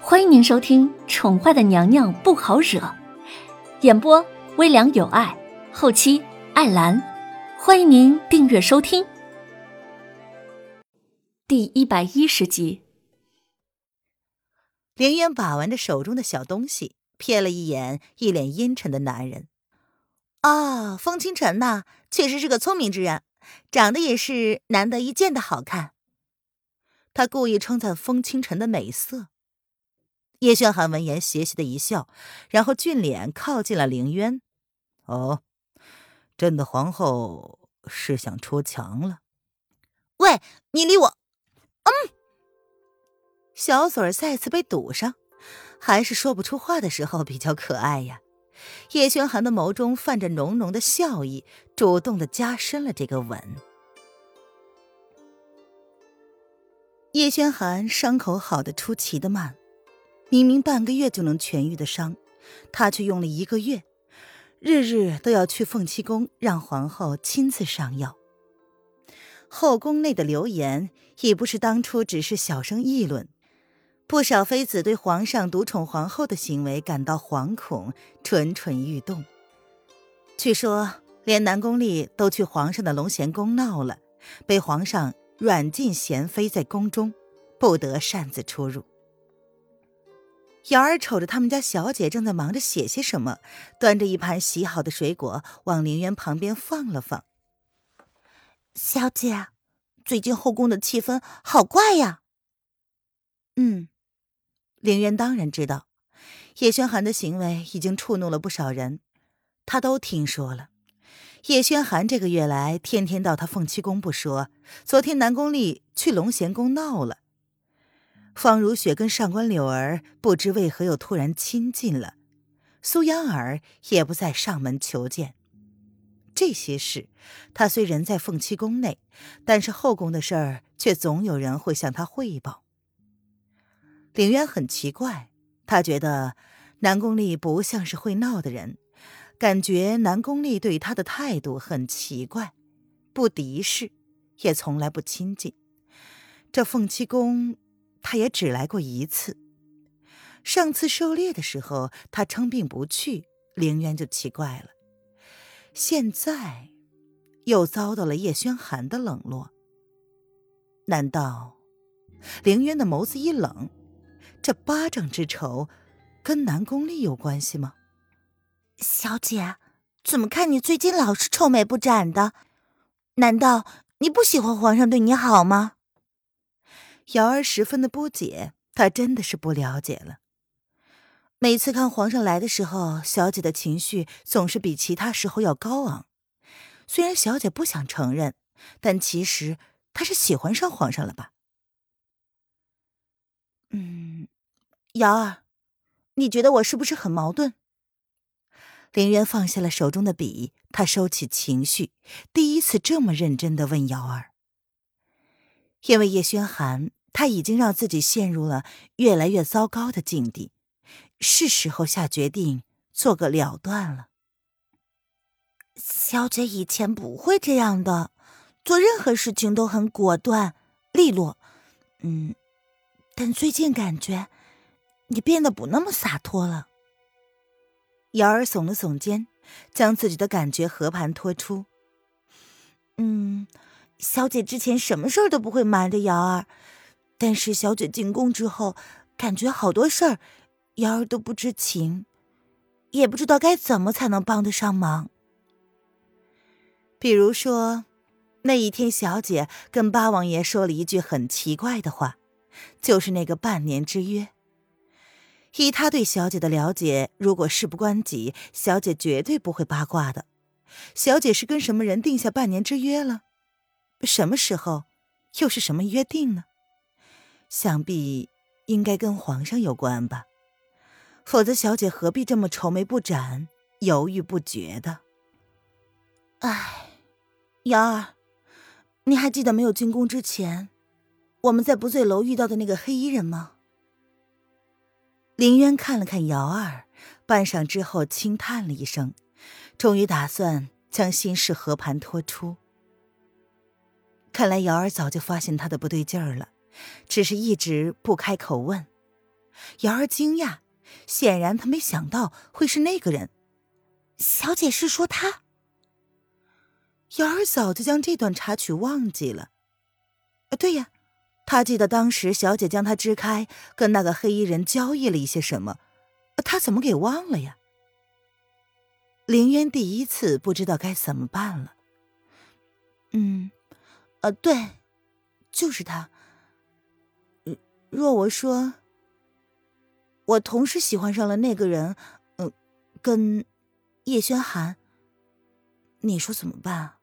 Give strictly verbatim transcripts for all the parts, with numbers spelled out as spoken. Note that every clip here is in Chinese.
欢迎您收听《宠坏的娘娘不好惹》，演播微凉有爱，后期艾兰。欢迎您订阅收听。第一百一十集。 凌渊把玩着手中的小东西，瞥了一眼一脸阴沉的男人。啊，风清晨呐，确实是个聪明之人，长得也是难得一见的好看。他故意称赞风清晨的美色。叶轩寒闻言邪邪的一笑，然后俊脸靠近了凌渊。哦，朕的皇后是想出墙了。喂，你理我！嗯，小嘴再次被堵上，还是说不出话的时候比较可爱呀。叶轩寒的眸中泛着浓浓的笑意，主动的加深了这个吻。叶轩寒伤口好的出奇的慢，明明半个月就能痊愈的伤，他却用了一个月，日日都要去凤栖宫让皇后亲自上药。后宫内的流言已不是当初只是小声议论，不少妃子对皇上独宠皇后的行为感到惶恐，蠢蠢欲动。据说连南宫丽都去皇上的龙贤宫闹了，被皇上软禁贤妃在宫中，不得擅自出入。瑶儿瞅着他们家小姐正在忙着写些什么，端着一盘洗好的水果往凌渊旁边放了放。小姐，最近后宫的气氛好怪呀。嗯，凌渊当然知道，叶轩寒的行为已经触怒了不少人，他都听说了。叶轩寒这个月来天天到他凤栖宫不说，昨天南宫丽去龙贤宫闹了。方如雪跟上官柳儿不知为何又突然亲近了，苏央儿也不再上门求见。这些事他虽人在凤栖宫内，但是后宫的事儿却总有人会向他汇报。凌渊很奇怪，他觉得南宫丽不像是会闹的人，感觉南宫丽对他的态度很奇怪，不敌视，也从来不亲近。这凤栖宫他也只来过一次，上次狩猎的时候他称病不去，凌渊就奇怪了。现在又遭到了叶轩寒的冷落，难道凌渊的眸子一冷，这巴掌之仇跟南宫丽有关系吗？小姐，怎么看你最近老是愁眉不展的？难道你不喜欢皇上对你好吗？瑶儿十分的不解，她真的是不了解了。每次看皇上来的时候，小姐的情绪总是比其他时候要高昂。虽然小姐不想承认，但其实她是喜欢上皇上了吧？嗯，瑶儿，你觉得我是不是很矛盾？凌渊放下了手中的笔，他收起情绪，第一次这么认真地问瑶儿。因为叶轩寒，他已经让自己陷入了越来越糟糕的境地，是时候下决定做个了断了。小姐以前不会这样的，做任何事情都很果断利落，嗯，但最近感觉你变得不那么洒脱了。瑶儿耸了耸肩，将自己的感觉和盘托出。嗯，小姐之前什么事儿都不会瞒着瑶儿，但是小姐进宫之后，感觉好多事儿瑶儿都不知情，也不知道该怎么才能帮得上忙。比如说，那一天小姐跟八王爷说了一句很奇怪的话，就是那个半年之约。以他对小姐的了解，如果事不关己，小姐绝对不会八卦的。小姐是跟什么人定下半年之约了？什么时候？又是什么约定呢？想必应该跟皇上有关吧，否则小姐何必这么愁眉不展，犹豫不决的？唉，瑶儿，你还记得没有进宫之前，我们在不醉楼遇到的那个黑衣人吗？凌渊看了看瑶儿，半晌之后轻叹了一声，终于打算将心事和盘托出。看来瑶儿早就发现他的不对劲儿了，只是一直不开口问。 瑶儿惊讶，显然他没想到会是那个人。 小姐是说他？ 瑶儿早就将这段插曲忘记了。啊，对呀，他记得当时小姐将他支开，跟那个黑衣人交易了一些什么，他怎么给忘了呀？凌渊第一次不知道该怎么办了。嗯，呃，对，就是他。若我说我同时喜欢上了那个人，嗯、呃，跟叶轩寒，你说怎么办？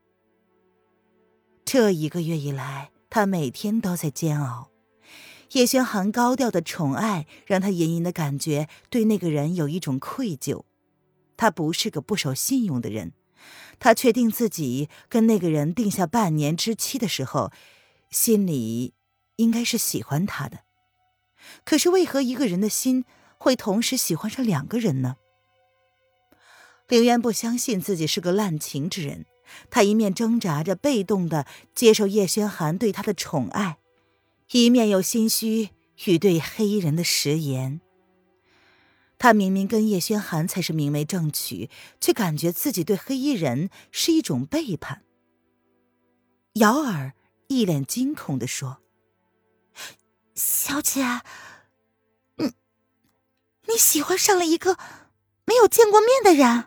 这一个月以来，他每天都在煎熬。叶轩寒高调的宠爱，让他隐隐的感觉对那个人有一种愧疚。他不是个不守信用的人。他确定自己跟那个人定下半年之期的时候，心里应该是喜欢他的。可是为何一个人的心会同时喜欢上两个人呢？凌渊不相信自己是个滥情之人，他一面挣扎着被动地接受叶轩寒对他的宠爱，一面又心虚与对黑衣人的食言。他明明跟叶轩寒才是明媒正娶，却感觉自己对黑衣人是一种背叛。瑶儿一脸惊恐地说： 小姐，你你喜欢上了一个没有见过面的人。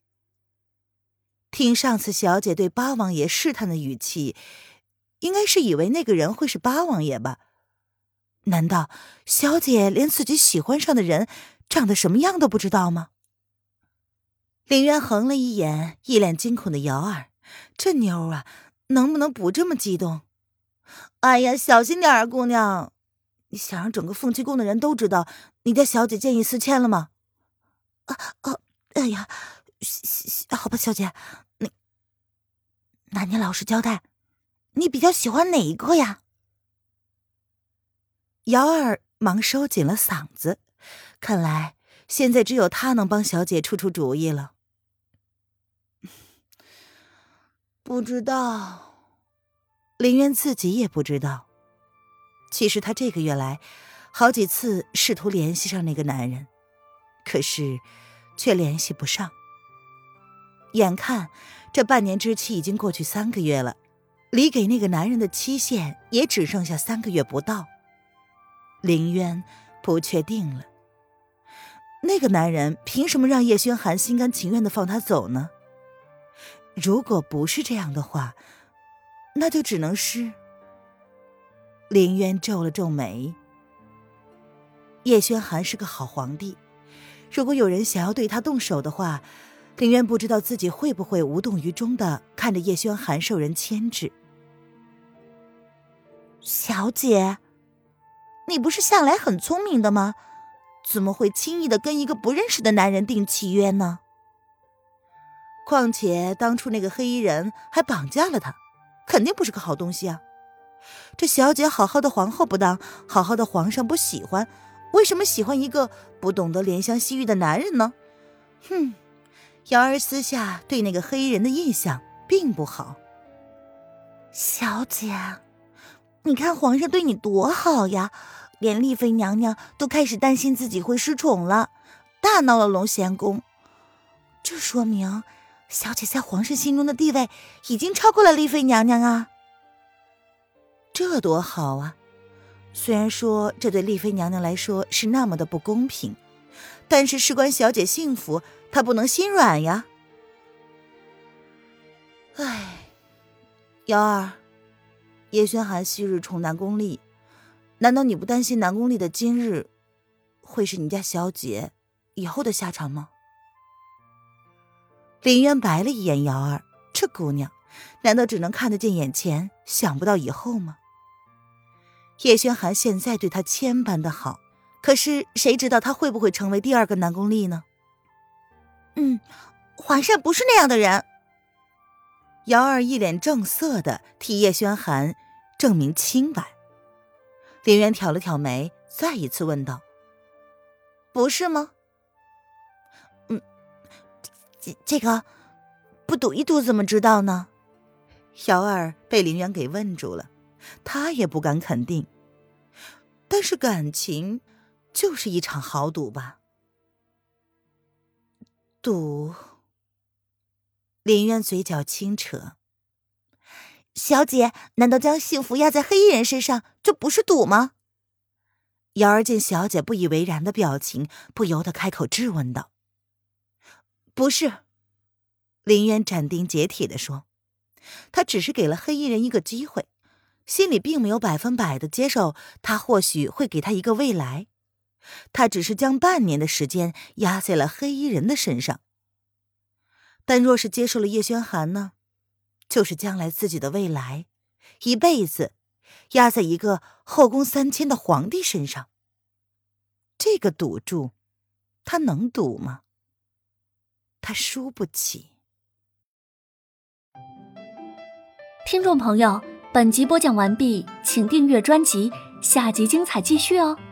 听上次小姐对八王爷试探的语气，应该是以为那个人会是八王爷吧？难道小姐连自己喜欢上的人长得什么样都不知道吗？凌渊横了一眼一脸惊恐的瑶儿，这妞啊，能不能不这么激动？哎呀，小心点儿，姑娘！你想让整个凤栖宫的人都知道你家小姐见异思迁了吗？ 啊啊！哎呀，好吧，小姐，你，那你老实交代，你比较喜欢哪一个呀？ 瑶儿忙收紧了嗓子，看来现在只有她能帮小姐出出主意了。不知道，凌渊自己也不知道。其实他这个月来好几次试图联系上那个男人，可是却联系不上。眼看这半年之期已经过去三个月了，离给那个男人的期限也只剩下三个月不到。凌渊不确定了，那个男人凭什么让叶轩寒心甘情愿地放他走呢？如果不是这样的话，那就只能是……凌渊皱了皱眉。叶轩寒是个好皇帝，如果有人想要对他动手的话，凌渊不知道自己会不会无动于衷地看着叶轩寒受人牵制。 小姐，你不是向来很聪明的吗？怎么会轻易地跟一个不认识的男人订契约呢？ 况且当初那个黑衣人还绑架了他，肯定不是个好东西啊。这小姐好好的皇后不当，好好的皇上不喜欢，为什么喜欢一个不懂得怜香惜玉的男人呢？哼，瑶儿私下对那个黑衣人的印象并不好。 小姐，你看皇上对你多好呀，连丽妃娘娘都开始担心自己会失宠了，大闹了龙贤宫。这说明小姐在皇上心中的地位已经超过了丽妃娘娘啊。 这多好啊！虽然说这对丽妃娘娘来说是那么的不公平，但是事关小姐幸福，她不能心软呀。唉，瑶儿，叶轩寒昔日宠南宫丽，难道你不担心南宫丽的今日会是你家小姐以后的下场吗？林渊白了一眼瑶儿，这姑娘难道只能看得见眼前，想不到以后吗？叶轩寒现在对他千般的好，可是谁知道他会不会成为第二个南宫丽呢？ 嗯，皇上不是那样的人。 瑶儿一脸正色的替叶轩寒证明清白。林渊挑了挑眉，再一次问道：不是吗？ 嗯，这这个不赌一赌怎么知道呢？ 瑶儿被林渊给问住了，他也不敢肯定。但是感情就是一场豪赌吧。赌。林渊嘴角轻扯。 小姐，难道将幸福压在黑衣人身上就不是赌吗？ 瑶儿见小姐不以为然的表情，不由得开口质问道。不是。林渊斩钉截铁地说，他只是给了黑衣人一个机会，心里并没有百分百的接受他或许会给他一个未来，他只是将半年的时间压在了黑衣人的身上。但若是接受了叶轩寒呢，就是将来自己的未来，一辈子压在一个后宫三千的皇帝身上。这个赌注，他能赌吗？他输不起。 听众朋友，本集播讲完毕，请订阅专辑，下集精彩继续哦。